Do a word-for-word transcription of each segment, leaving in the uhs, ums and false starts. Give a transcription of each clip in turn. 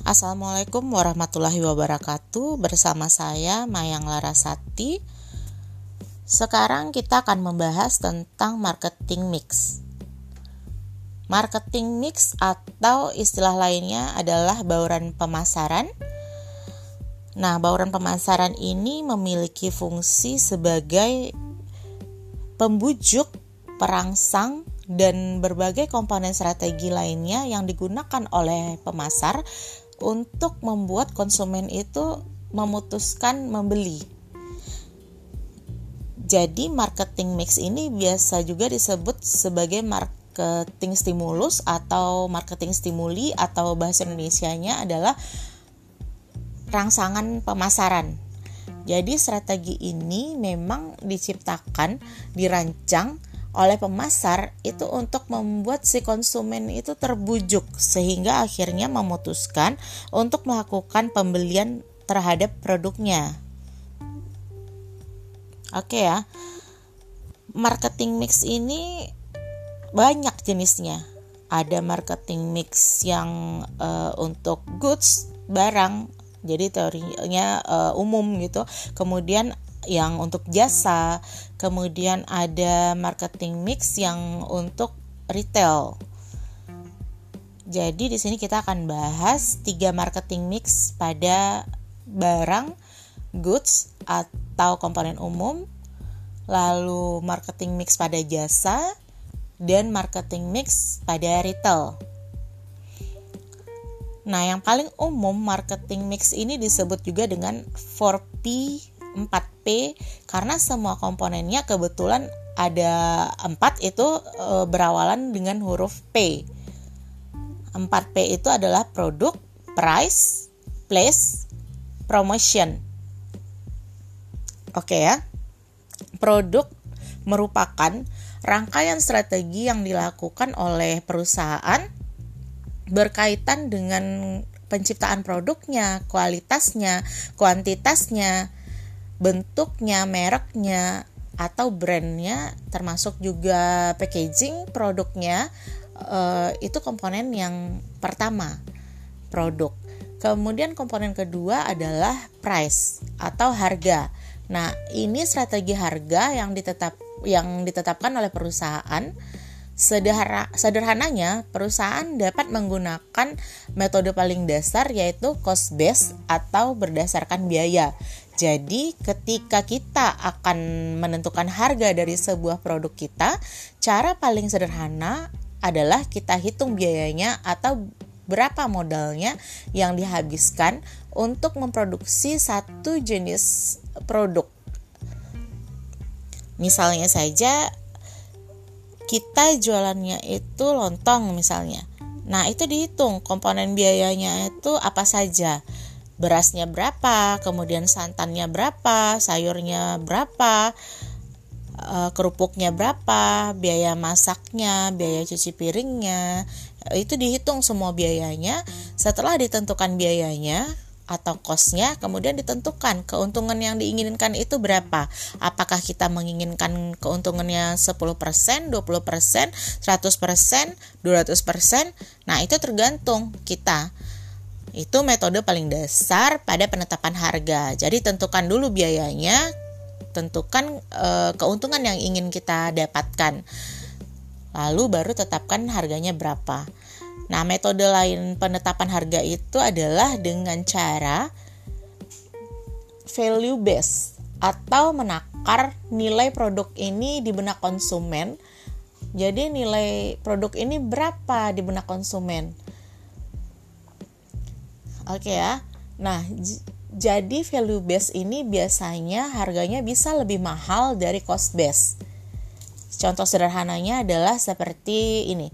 Assalamualaikum warahmatullahi wabarakatuh. Bersama saya Mayang Larasati. Sekarang kita akan membahas tentang marketing mix. Marketing mix atau istilah lainnya adalah bauran pemasaran. Nah, bauran pemasaran ini memiliki fungsi sebagai pembujuk, perangsang, dan berbagai komponen strategi lainnya yang digunakan oleh pemasar untuk membuat konsumen itu memutuskan membeli. Jadi marketing mix ini biasa juga disebut sebagai marketing stimulus atau marketing stimuli, atau bahasa Indonesianya adalah rangsangan pemasaran. Jadi strategi ini memang diciptakan, dirancang oleh pemasar itu untuk membuat si konsumen itu terbujuk sehingga akhirnya memutuskan untuk melakukan pembelian terhadap produknya. Oke ya. Marketing mix ini banyak jenisnya. Ada marketing mix yang uh, untuk goods, barang. Jadi teorinya uh, umum gitu. Kemudian yang untuk jasa, kemudian ada marketing mix yang untuk retail. Jadi di sini kita akan bahas tiga marketing mix pada barang, goods atau komponen umum, lalu marketing mix pada jasa, dan marketing mix pada retail. Nah, yang paling umum marketing mix ini disebut juga dengan four P, empat P, karena semua komponennya kebetulan ada empat itu e, berawalan dengan huruf P. empat P itu adalah produk, price, place, promotion. Oke ya. Produk merupakan rangkaian strategi yang dilakukan oleh perusahaan berkaitan dengan penciptaan produknya, kualitasnya, kuantitasnya, bentuknya, mereknya, atau brandnya, termasuk juga packaging produknya. Uh, itu komponen yang pertama, produk. Kemudian komponen kedua adalah price atau harga. Nah, ini strategi harga yang ditetap yang ditetapkan oleh perusahaan. Sederhana, sederhananya, perusahaan dapat menggunakan metode paling dasar, yaitu cost base atau berdasarkan biaya. Jadi ketika kita akan menentukan harga dari sebuah produk kita, cara paling sederhana adalah kita hitung biayanya atau berapa modalnya yang dihabiskan untuk memproduksi satu jenis produk. Misalnya saja kita jualannya itu lontong misalnya. Nah, itu dihitung komponen biayanya itu apa saja. Berasnya berapa, kemudian santannya berapa, sayurnya berapa, kerupuknya berapa, biaya masaknya, biaya cuci piringnya. Itu dihitung semua biayanya. Setelah ditentukan biayanya atau cost-nya, kemudian ditentukan keuntungan yang diinginkan itu berapa. Apakah kita menginginkan keuntungannya sepuluh persen, dua puluh persen, seratus persen, dua ratus persen. Nah, itu tergantung kita. Itu metode paling dasar pada penetapan harga. Jadi tentukan dulu biayanya, tentukan e, keuntungan yang ingin kita dapatkan. Lalu baru tetapkan harganya berapa. Nah, metode lain penetapan harga itu adalah dengan cara value base atau menakar nilai produk ini di benak konsumen. Jadi nilai produk ini berapa di benak konsumen? Oke ya. Nah, j- jadi value base ini biasanya harganya bisa lebih mahal dari cost base. Contoh sederhananya adalah seperti ini.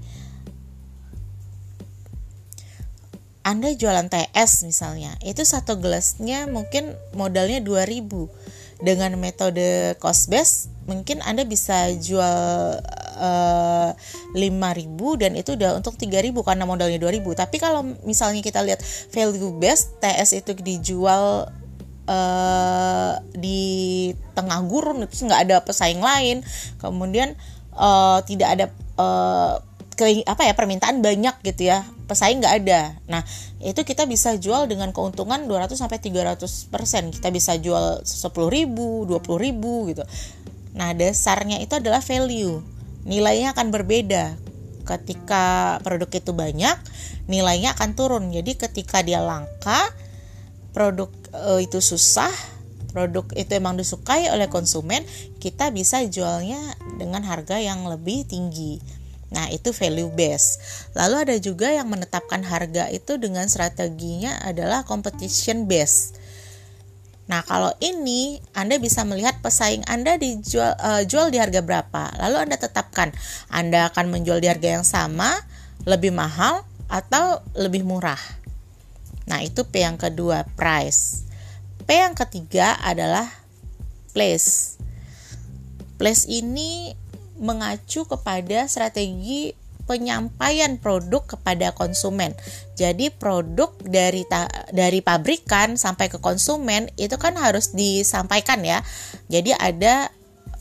Anda jualan T S misalnya, itu satu gelasnya mungkin modalnya dua ribu. Dengan metode cost base, mungkin Anda bisa jual uh, lima ribu dan itu udah untuk tiga ribu karena modalnya dua ribu. Tapi kalau misalnya kita lihat value base, T S itu dijual uh, di tengah gurun, itu nggak ada pesaing lain. Kemudian uh, tidak ada uh, ke apa ya permintaan banyak gitu ya, pesaing nggak ada. Nah itu kita bisa jual dengan keuntungan dua ratus sampai tiga ratus persen. Kita bisa jual sepuluh ribu, dua puluh ribu gitu. Nah dasarnya itu adalah value, nilainya akan berbeda. Ketika produk itu banyak, nilainya akan turun. Jadi ketika dia langka, produk e, itu susah, produk itu emang disukai oleh konsumen, kita bisa jualnya dengan harga yang lebih tinggi. Nah itu value base. Lalu ada juga yang menetapkan harga itu dengan strateginya adalah competition base. Nah kalau ini Anda bisa melihat pesaing Anda dijual uh, jual di harga berapa, lalu Anda tetapkan Anda akan menjual di harga yang sama, lebih mahal atau lebih murah. Nah itu P yang kedua, price. P yang ketiga adalah place. Place ini mengacu kepada strategi penyampaian produk kepada konsumen. Jadi produk dari ta- dari pabrikan sampai ke konsumen itu kan harus disampaikan ya. Jadi ada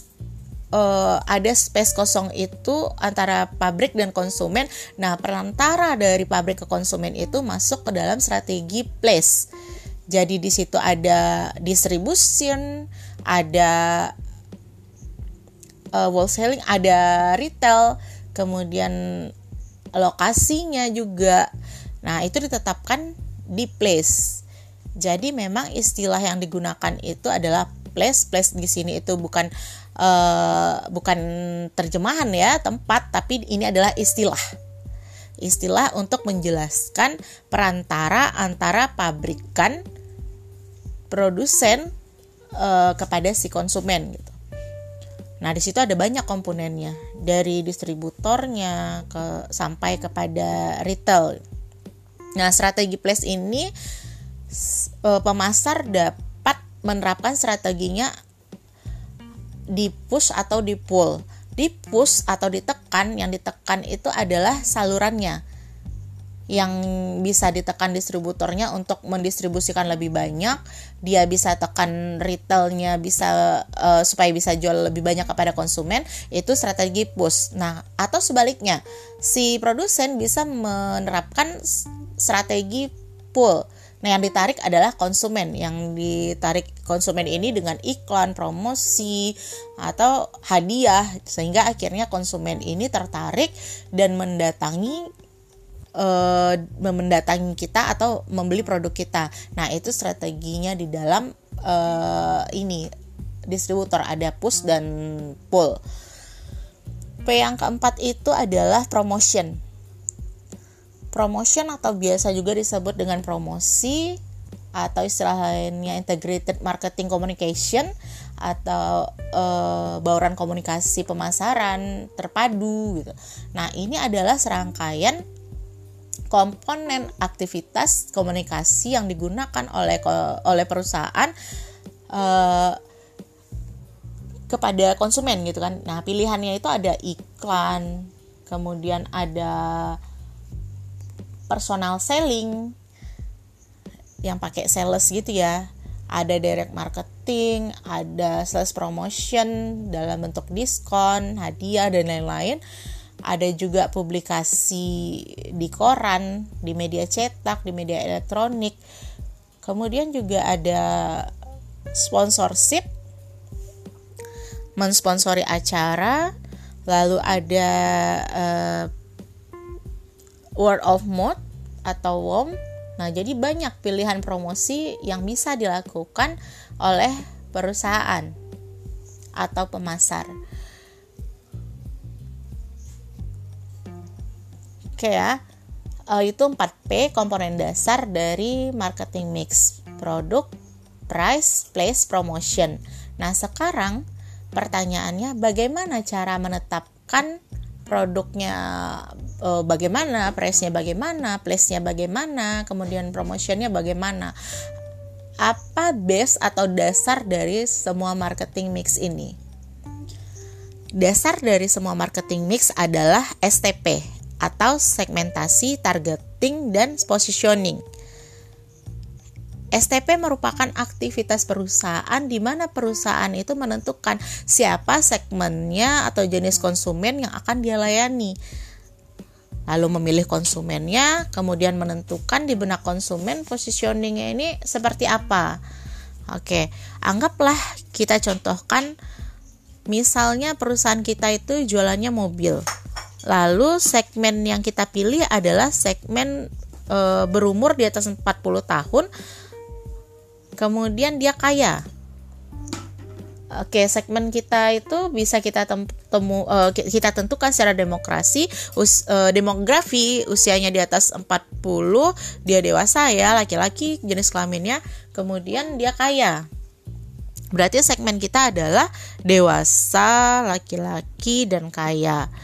uh, ada space kosong itu antara pabrik dan konsumen. Nah, perantara dari pabrik ke konsumen itu masuk ke dalam strategi place. Jadi di situ ada distribution, ada Uh, wholesaling, ada retail, kemudian lokasinya juga. Nah itu ditetapkan di place. Jadi memang istilah yang digunakan itu adalah place. Place di sini itu bukan uh, bukan terjemahan ya tempat, tapi ini adalah istilah. Istilah untuk menjelaskan perantara antara pabrikan, produsen uh, kepada si konsumen gitu. Nah, di situ ada banyak komponennya, dari distributornya ke sampai kepada retail. Nah, strategi place ini pemasar dapat menerapkan strateginya di push atau di pull. Di push atau ditekan, yang ditekan itu adalah salurannya. Yang bisa ditekan distributornya untuk mendistribusikan lebih banyak, dia bisa tekan retailnya bisa uh, supaya bisa jual lebih banyak kepada konsumen, itu strategi push. Nah, atau sebaliknya, si produsen bisa menerapkan strategi pull. Nah, yang ditarik adalah konsumen. Yang ditarik konsumen ini dengan iklan, promosi, atau hadiah, sehingga akhirnya konsumen ini tertarik dan mendatangi Uh, mendatangi kita atau membeli produk kita. Nah itu strateginya di dalam uh, ini distributor, ada push dan pull. P yang keempat itu adalah promotion. Promotion atau biasa juga disebut dengan promosi, atau istilah lainnya integrated marketing communication, atau uh, bauran komunikasi pemasaran terpadu gitu. Nah ini adalah serangkaian komponen aktivitas komunikasi yang digunakan oleh oleh perusahaan uh, kepada konsumen gitu kan. Nah, pilihannya itu ada iklan, kemudian ada personal selling yang pakai sales gitu ya. Ada direct marketing, ada sales promotion dalam bentuk diskon, hadiah dan lain-lain. Ada juga publikasi di koran, di media cetak, di media elektronik. Kemudian juga ada sponsorship, mensponsori acara. Lalu ada uh, word of mouth atau W O M. Nah, jadi banyak pilihan promosi yang bisa dilakukan oleh perusahaan atau pemasar. Oke ya, uh, itu empat P komponen dasar dari marketing mix: produk, price, place, promotion. Nah sekarang pertanyaannya, bagaimana cara menetapkan produknya, uh, bagaimana, price-nya bagaimana, place-nya bagaimana, kemudian promotion-nya bagaimana? Apa base atau dasar dari semua marketing mix ini? Dasar dari semua marketing mix adalah S T P atau segmentasi, targeting, dan positioning. S T P merupakan aktivitas perusahaan di mana perusahaan itu menentukan siapa segmennya atau jenis konsumen yang akan dia layani. lalu memilih konsumennya, kemudian menentukan di benak konsumen positioningnya ini seperti apa. Oke, anggaplah kita contohkan misalnya perusahaan kita itu jualannya mobil. Lalu segmen yang kita pilih adalah segmen e, berumur di atas empat puluh tahun. Kemudian dia kaya. Oke, segmen kita itu bisa kita temu uh, kita tentukan secara demokrasi, us, uh, demografi, usianya di atas empat puluh, dia dewasa ya, laki-laki, jenis kelaminnya, kemudian dia kaya. Berarti segmen kita adalah dewasa, laki-laki dan kaya.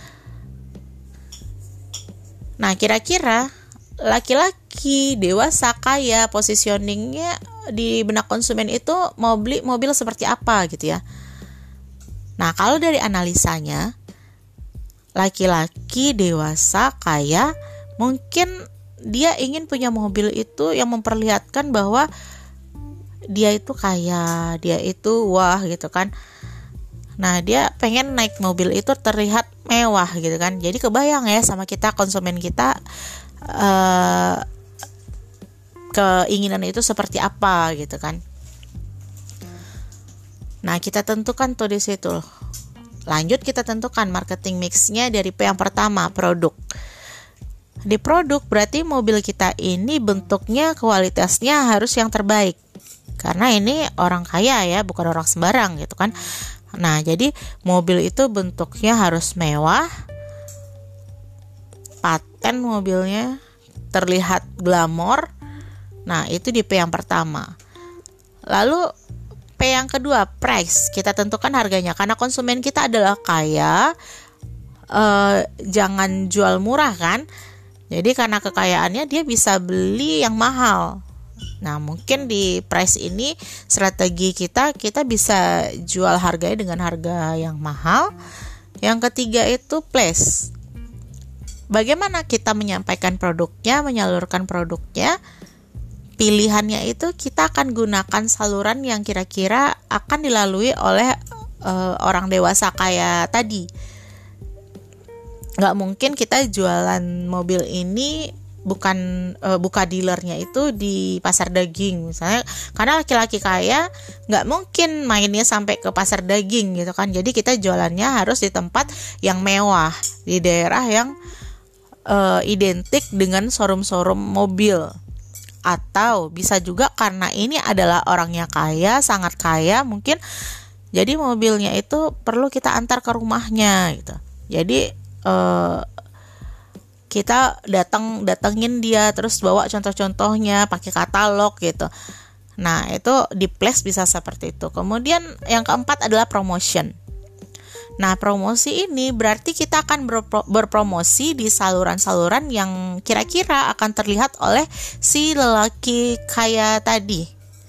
Nah, kira-kira laki-laki dewasa kaya positioningnya di benak konsumen itu mau beli mobil seperti apa gitu ya. Nah, kalau dari analisanya laki-laki dewasa kaya, mungkin dia ingin punya mobil itu yang memperlihatkan bahwa dia itu kaya, dia itu wah gitu kan. Nah, dia pengen naik mobil itu terlihat mewah gitu kan. Jadi kebayang ya sama kita, konsumen kita uh, keinginan itu seperti apa gitu kan. Nah, kita tentukan tuh di situ. Lanjut kita tentukan marketing mix-nya dari P yang pertama, produk. Di produk berarti mobil kita ini bentuknya, kualitasnya harus yang terbaik. Karena ini orang kaya ya, bukan orang sembarang gitu kan. Nah, jadi mobil itu bentuknya harus mewah, paten mobilnya, terlihat glamor. Nah, itu di P yang pertama. Lalu P yang kedua, price. Kita tentukan harganya. Karena konsumen kita adalah kaya, eh, jangan jual murah kan. Jadi karena kekayaannya dia bisa beli yang mahal. Nah, mungkin di price ini strategi kita, kita bisa jual harganya dengan harga yang mahal. Yang ketiga itu place. Bagaimana kita menyampaikan produknya, menyalurkan produknya. Pilihannya itu kita akan gunakan saluran yang kira-kira akan dilalui oleh uh, orang dewasa kaya tadi. Gak mungkin kita jualan mobil ini bukan uh, buka dealernya itu di pasar daging misalnya, karena laki-laki kaya gak mungkin mainnya sampai ke pasar daging gitu kan. Jadi kita jualannya harus di tempat yang mewah, di daerah yang uh, identik dengan showroom-showroom mobil. Atau bisa juga karena ini adalah orangnya kaya, sangat kaya mungkin, jadi mobilnya itu perlu kita antar ke rumahnya gitu. Jadi eh, kita datang datengin dia, terus bawa contoh-contohnya, pakai katalog gitu. Nah, itu di place bisa seperti itu. Kemudian yang keempat adalah promotion. Nah, promosi ini berarti kita akan berpro- berpromosi di saluran-saluran yang kira-kira akan terlihat oleh si lelaki kaya tadi.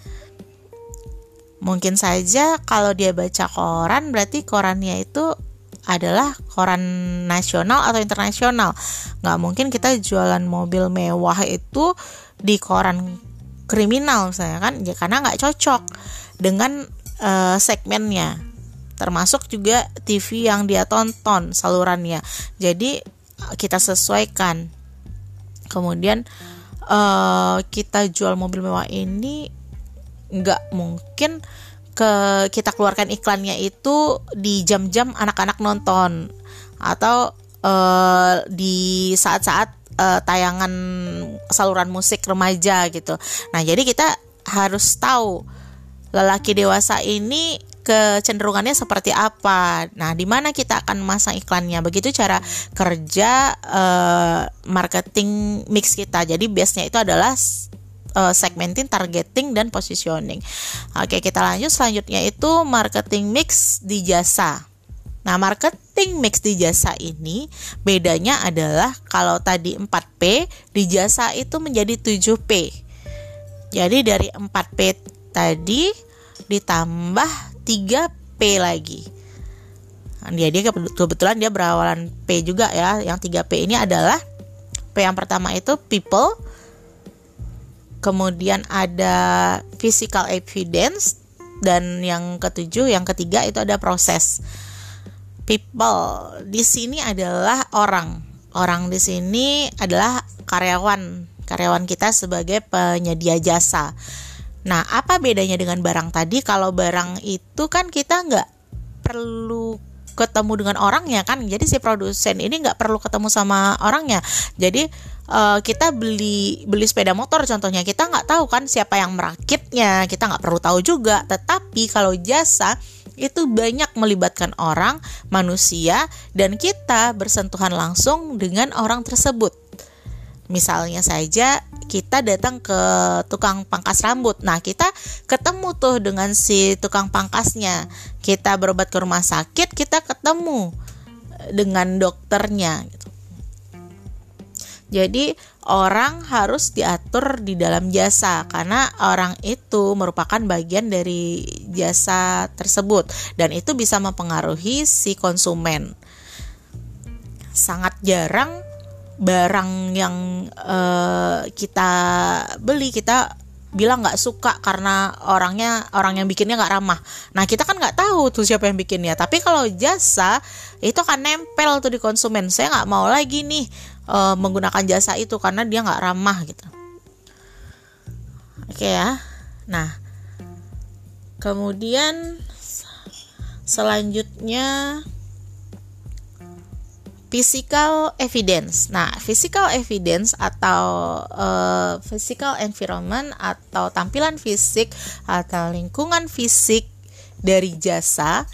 Mungkin saja kalau dia baca koran, berarti korannya itu adalah koran nasional atau internasional. Nggak mungkin kita jualan mobil mewah itu di koran kriminal misalnya kan, ya, karena nggak cocok dengan uh, segmennya. Termasuk juga T V yang dia tonton salurannya. Jadi kita sesuaikan. Kemudian uh, kita jual mobil mewah ini nggak mungkin ke kita keluarkan iklannya itu di jam-jam anak-anak nonton atau uh, di saat-saat uh, tayangan saluran musik remaja gitu. Nah, jadi kita harus tahu lelaki dewasa ini kecenderungannya seperti apa. Nah, di mana kita akan memasang iklannya. Begitu cara kerja uh, marketing mix kita. Jadi base-nya itu adalah uh, segmenting, targeting, dan positioning. Oke, kita lanjut. Selanjutnya itu marketing mix di jasa. Nah, marketing mix di jasa ini bedanya adalah kalau tadi empat P, di jasa itu menjadi tujuh P. Jadi dari empat P tadi ditambah tiga P lagi. Dia dia kebetulan dia berawalan P juga ya. Yang tiga P ini adalah P yang pertama itu people. Kemudian ada physical evidence, dan yang ketujuh, yang ketiga itu ada proses. People di sini adalah orang. orang di sini adalah karyawan, karyawan kita sebagai penyedia jasa. Nah, apa bedanya dengan barang tadi? Kalau barang itu kan kita nggak perlu ketemu dengan orangnya kan, jadi si produsen ini nggak perlu ketemu sama orangnya. Jadi uh, kita beli beli sepeda motor contohnya, kita nggak tahu kan siapa yang merakitnya, kita nggak perlu tahu juga. Tetapi kalau jasa itu banyak melibatkan orang, manusia, dan kita bersentuhan langsung dengan orang tersebut. Misalnya saja kita datang ke tukang pangkas rambut. Nah, kita ketemu tuh dengan si tukang pangkasnya. Kita berobat ke rumah sakit, kita ketemu dengan dokternya gitu. Jadi orang harus diatur di dalam jasa karena orang itu merupakan bagian dari jasa tersebut dan itu bisa mempengaruhi si konsumen. Sangat jarang barang yang uh, kita beli kita bilang nggak suka karena orangnya orang yang bikinnya nggak ramah. Nah, kita kan nggak tahu tuh siapa yang bikinnya. Tapi kalau jasa itu kan nempel tuh di konsumen. Saya nggak mau lagi nih uh, menggunakan jasa itu karena dia nggak ramah gitu. Oke ya. Nah, kemudian selanjutnya physical evidence. Nah, physical evidence atau uh, physical environment atau tampilan fisik atau lingkungan fisik dari jasa.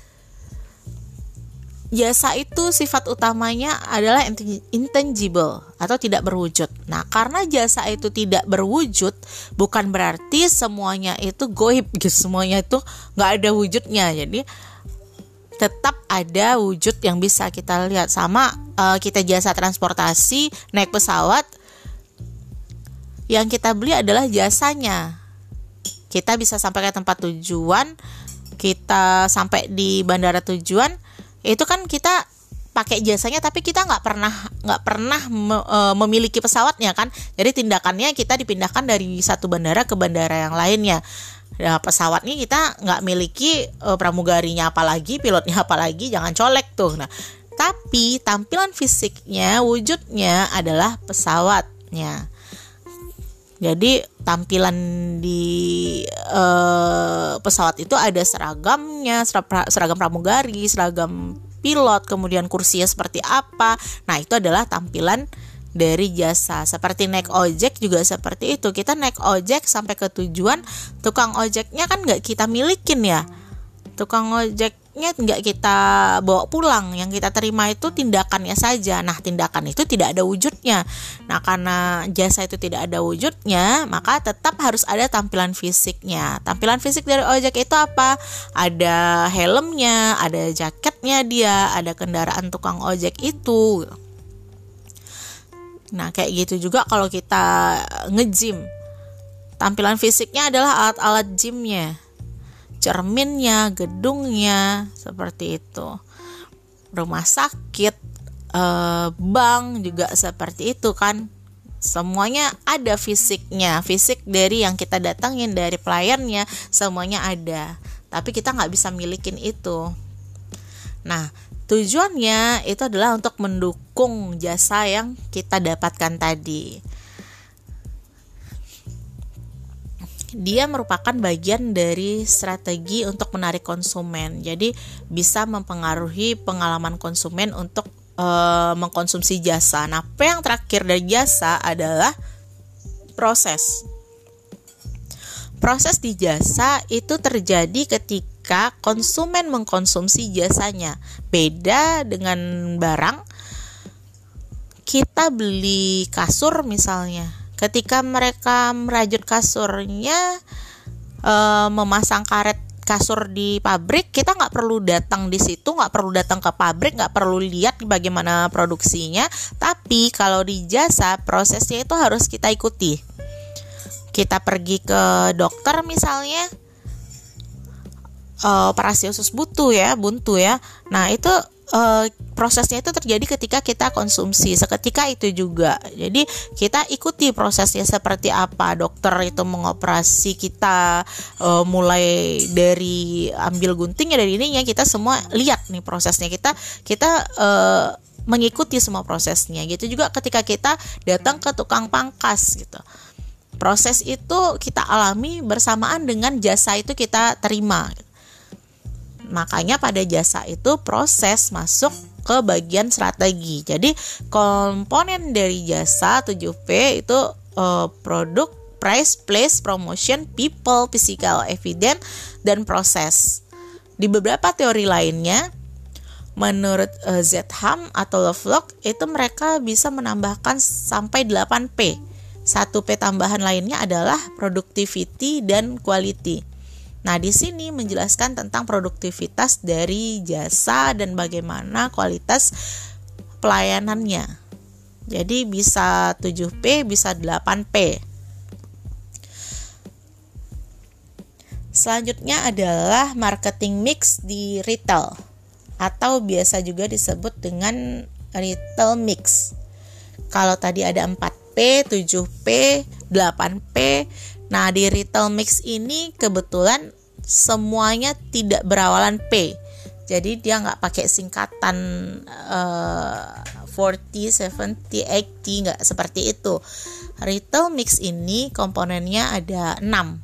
Jasa itu sifat utamanya adalah intangible atau tidak berwujud. Nah, karena jasa itu tidak berwujud, bukan berarti semuanya itu goib, gitu. Semuanya itu nggak ada wujudnya. Jadi tetap ada wujud yang bisa kita lihat. Sama uh, kita jasa transportasi, naik pesawat, yang kita beli adalah jasanya. Kita bisa sampai ke tempat tujuan, kita sampai di bandara tujuan, itu kan kita pakai jasanya, tapi kita nggak pernah nggak pernah me, e, memiliki pesawatnya kan. Jadi tindakannya kita dipindahkan dari satu bandara ke bandara yang lainnya. Nah, pesawat ini kita nggak miliki e, pramugarinya apalagi, pilotnya apalagi, jangan colek tuh. Nah, tapi tampilan fisiknya, wujudnya adalah pesawatnya. Jadi tampilan di e, pesawat itu ada seragamnya, seragam pramugari, seragam pilot, kemudian kursinya seperti apa. Nah, itu adalah tampilan dari jasa. Seperti naik ojek juga seperti itu. Kita naik ojek sampai ke tujuan, tukang ojeknya kan nggak kita milikin ya. Tukang ojeknya nggak kita bawa pulang. Yang kita terima itu tindakannya saja. Nah, tindakan itu tidak ada wujudnya. Nah, karena jasa itu tidak ada wujudnya, maka tetap harus ada tampilan fisiknya. Tampilan fisik dari ojek itu apa? Ada helmnya, ada jaketnya dia, ada kendaraan tukang ojek itu. Nah, kayak gitu juga kalau kita nge-gym. Tampilan fisiknya adalah alat-alat gymnya, cerminnya, gedungnya, seperti itu. Rumah sakit, eh, bank juga seperti itu kan. Semuanya ada fisiknya, fisik dari yang kita datangin, dari pelayannya, semuanya ada. Tapi kita nggak bisa milikin itu. Nah, tujuannya itu adalah untuk mendukung jasa yang kita dapatkan tadi. Dia merupakan bagian dari strategi untuk menarik konsumen. Jadi bisa mempengaruhi pengalaman konsumen untuk e, mengkonsumsi jasa. Nah, P yang terakhir dari jasa adalah proses. Proses di jasa itu terjadi ketika konsumen mengkonsumsi jasanya. Beda dengan barang, kita beli kasur misalnya. Ketika mereka merajut kasurnya, e, memasang karet kasur di pabrik, kita nggak perlu datang di situ, nggak perlu datang ke pabrik, nggak perlu lihat bagaimana produksinya. Tapi kalau di jasa, prosesnya itu harus kita ikuti. Kita pergi ke dokter misalnya, uh, operasi usus buntu ya, buntu ya. Nah, itu uh, prosesnya itu terjadi ketika kita konsumsi, seketika itu juga. Jadi kita ikuti prosesnya seperti apa. Dokter itu mengoperasi kita, uh, mulai dari ambil guntingnya, dari ininya, kita semua lihat nih prosesnya. Kita kita uh, mengikuti semua prosesnya. Gitu juga ketika kita datang ke tukang pangkas gitu. Proses itu kita alami bersamaan dengan jasa itu kita terima. Makanya pada jasa itu proses masuk ke bagian strategi. Jadi komponen dari jasa tujuh P itu uh, produk, price, place, promotion, people, physical, evidence, dan proses. Di beberapa teori lainnya, menurut uh, Zetham atau Lovelock, itu mereka bisa menambahkan sampai delapan P. Satu P tambahan lainnya adalah productivity dan quality. Nah, di sini menjelaskan tentang produktivitas dari jasa dan bagaimana kualitas pelayanannya. Jadi bisa tujuh P, bisa delapan P. Selanjutnya adalah marketing mix di retail atau biasa juga disebut dengan retail mix. Kalau tadi ada empat P, tujuh P, delapan P. Nah, di retail mix ini kebetulan semuanya tidak berawalan P. Jadi dia nggak pakai singkatan uh, empat puluh, tujuh puluh, delapan puluh, nggak seperti itu. Retail mix ini komponennya ada enam.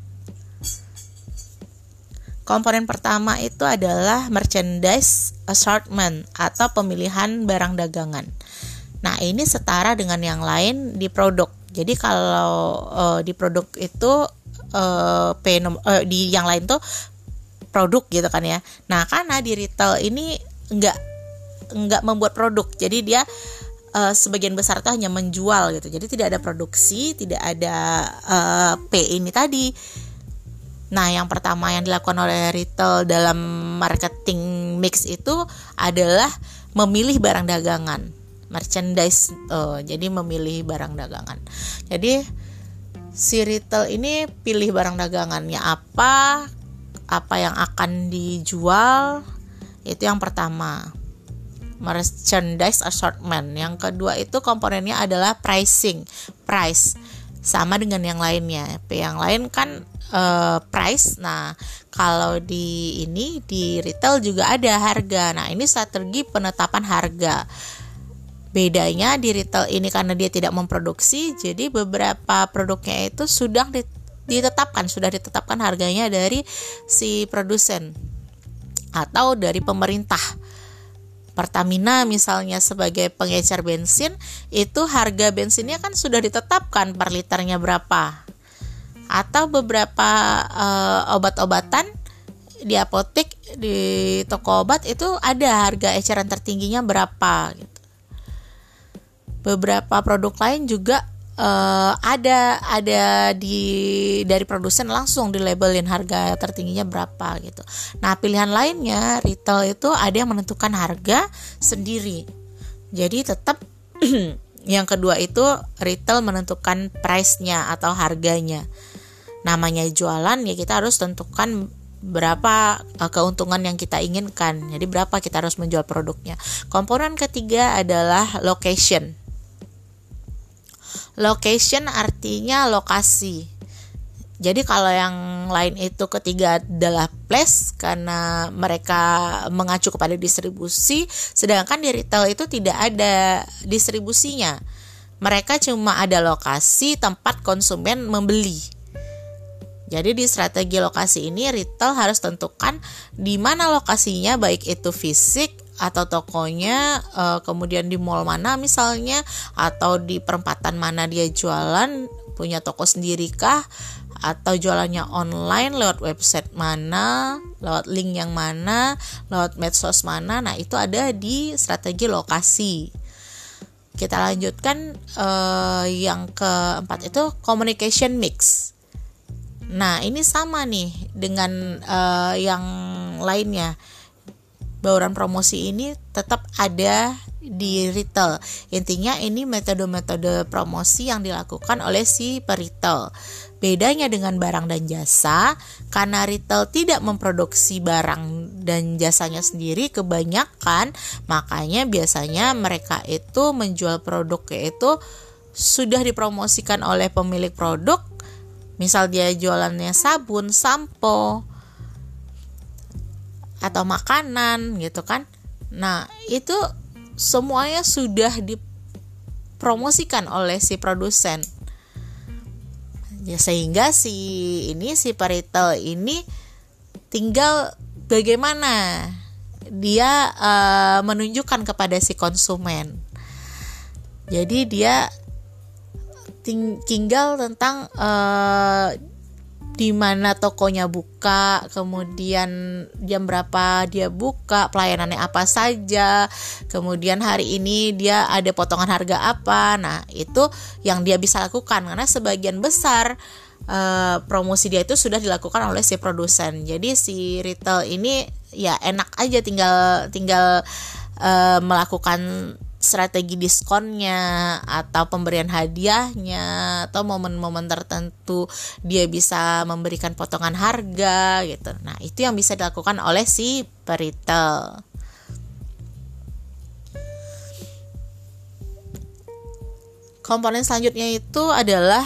Komponen pertama itu adalah merchandise assortment atau pemilihan barang dagangan. Nah, ini setara dengan yang lain di produk. Jadi kalau uh, di produk itu uh, P uh, di yang lain tuh produk gitu kan ya. Nah, karena di retail ini enggak enggak membuat produk. Jadi dia uh, sebagian besar tuh hanya menjual gitu. Jadi tidak ada produksi, tidak ada uh, P ini tadi. Nah, yang pertama yang dilakukan oleh retail dalam marketing mix itu adalah memilih barang dagangan. Merchandise, oh, jadi memilih barang dagangan. Jadi si retail ini pilih barang dagangannya apa, apa yang akan dijual, itu yang pertama. Merchandise assortment. Yang kedua itu komponennya adalah pricing, price, sama dengan yang lainnya. P yang lain kan uh, price. Nah, kalau di ini di retail juga ada harga. Nah, ini strategi penetapan harga. Bedanya di retail ini karena dia tidak memproduksi, jadi beberapa produknya itu sudah ditetapkan, sudah ditetapkan harganya dari si produsen atau dari pemerintah. Pertamina misalnya sebagai pengecer bensin, itu harga bensinnya kan sudah ditetapkan per liternya berapa. Atau beberapa uh, obat-obatan di apotek, di toko obat itu ada harga eceran tertingginya berapa gitu. Beberapa produk lain juga uh, ada ada di dari produsen langsung dilabelin harga tertingginya berapa gitu. Nah, pilihan lainnya retail itu ada yang menentukan harga sendiri. Jadi tetap yang kedua itu retail menentukan price-nya atau harganya. Namanya jualan ya kita harus tentukan berapa uh, keuntungan yang kita inginkan. Jadi berapa kita harus menjual produknya. Komponen ketiga adalah location. Location artinya lokasi. Jadi kalau yang lain itu ketiga adalah place karena mereka mengacu kepada distribusi, sedangkan di retail itu tidak ada distribusinya. Mereka cuma ada lokasi tempat konsumen membeli. Jadi di strategi lokasi ini retail harus tentukan di mana lokasinya, baik itu fisik atau tokonya, uh, kemudian di mall mana misalnya, atau di perempatan mana dia jualan, punya toko sendirikah, atau jualannya online lewat website mana, lewat link yang mana, lewat medsos mana. Nah, itu ada di strategi lokasi. Kita lanjutkan uh, yang keempat itu communication mix. Nah, ini sama nih dengan uh, yang lainnya. Bauran promosi ini tetap ada di retail. Intinya ini metode-metode promosi yang dilakukan oleh si peritel. Bedanya dengan barang dan jasa, karena retail tidak memproduksi barang dan jasanya sendiri kebanyakan, makanya biasanya mereka itu menjual produknya itu sudah dipromosikan oleh pemilik produk. Misal dia jualannya sabun, sampo, atau makanan gitu kan. Nah, itu semuanya sudah dipromosikan oleh si produsen. Ya, sehingga si ini si peritel ini tinggal bagaimana dia uh, menunjukkan kepada si konsumen. Jadi dia ting- tinggal tentang uh, di mana tokonya buka, kemudian jam berapa dia buka, pelayanannya apa saja, kemudian hari ini dia ada potongan harga apa. Nah, itu yang dia bisa lakukan karena sebagian besar uh, promosi dia itu sudah dilakukan oleh si produsen. Jadi si retail ini ya enak aja tinggal tinggal uh, melakukan strategi diskonnya atau pemberian hadiahnya atau momen-momen tertentu dia bisa memberikan potongan harga gitu. Nah, itu yang bisa dilakukan oleh si peritel. Komponen selanjutnya itu adalah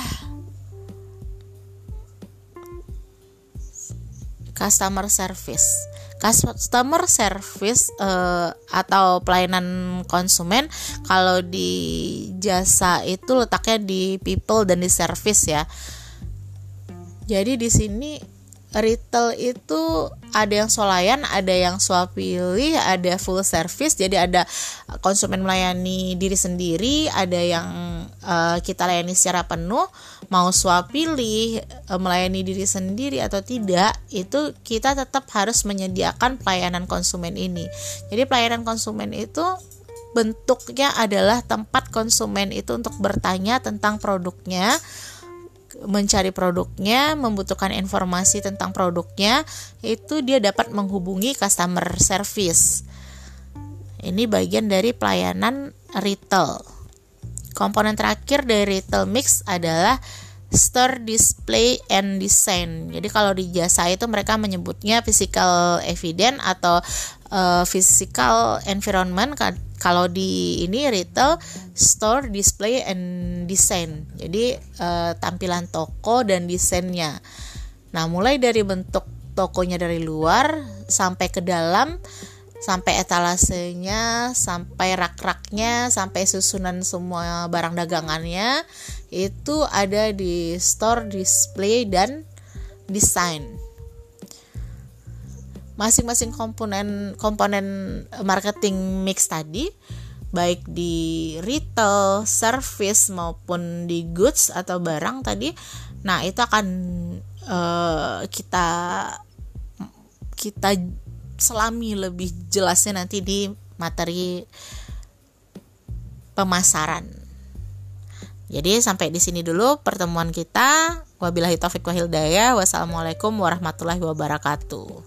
customer service. Customer service uh, atau pelayanan konsumen, kalau di jasa itu letaknya di people dan di service ya. Jadi di sini retail itu ada yang swalayan, ada yang swapilih, ada full service. Jadi ada konsumen melayani diri sendiri, ada yang uh, kita layani secara penuh. Mau swapilih, uh, melayani diri sendiri atau tidak, itu kita tetap harus menyediakan pelayanan konsumen ini. Jadi pelayanan konsumen itu bentuknya adalah tempat konsumen itu untuk bertanya tentang produknya, mencari produknya, membutuhkan informasi tentang produknya, itu dia dapat menghubungi customer service. Ini bagian dari pelayanan retail. Komponen terakhir dari retail mix adalah store display and design. Jadi kalau di jasa itu mereka menyebutnya physical evidence atau uh, physical environment. Kalau di ini retail, store display and design. Jadi uh, tampilan toko dan desainnya. Nah, mulai dari bentuk tokonya dari luar sampai ke dalam, sampai etalasenya, sampai rak-raknya, sampai susunan semua barang dagangannya, itu ada di store, display, dan design. Masing-masing komponen komponen marketing mix tadi, baik di retail, service maupun di goods atau barang tadi, nah itu akan uh, kita kita selami lebih jelasnya nanti di materi pemasaran. Jadi sampai di sini dulu pertemuan kita. Wabillahi taufiq wal hidayah. Wassalamualaikum warahmatullahi wabarakatuh.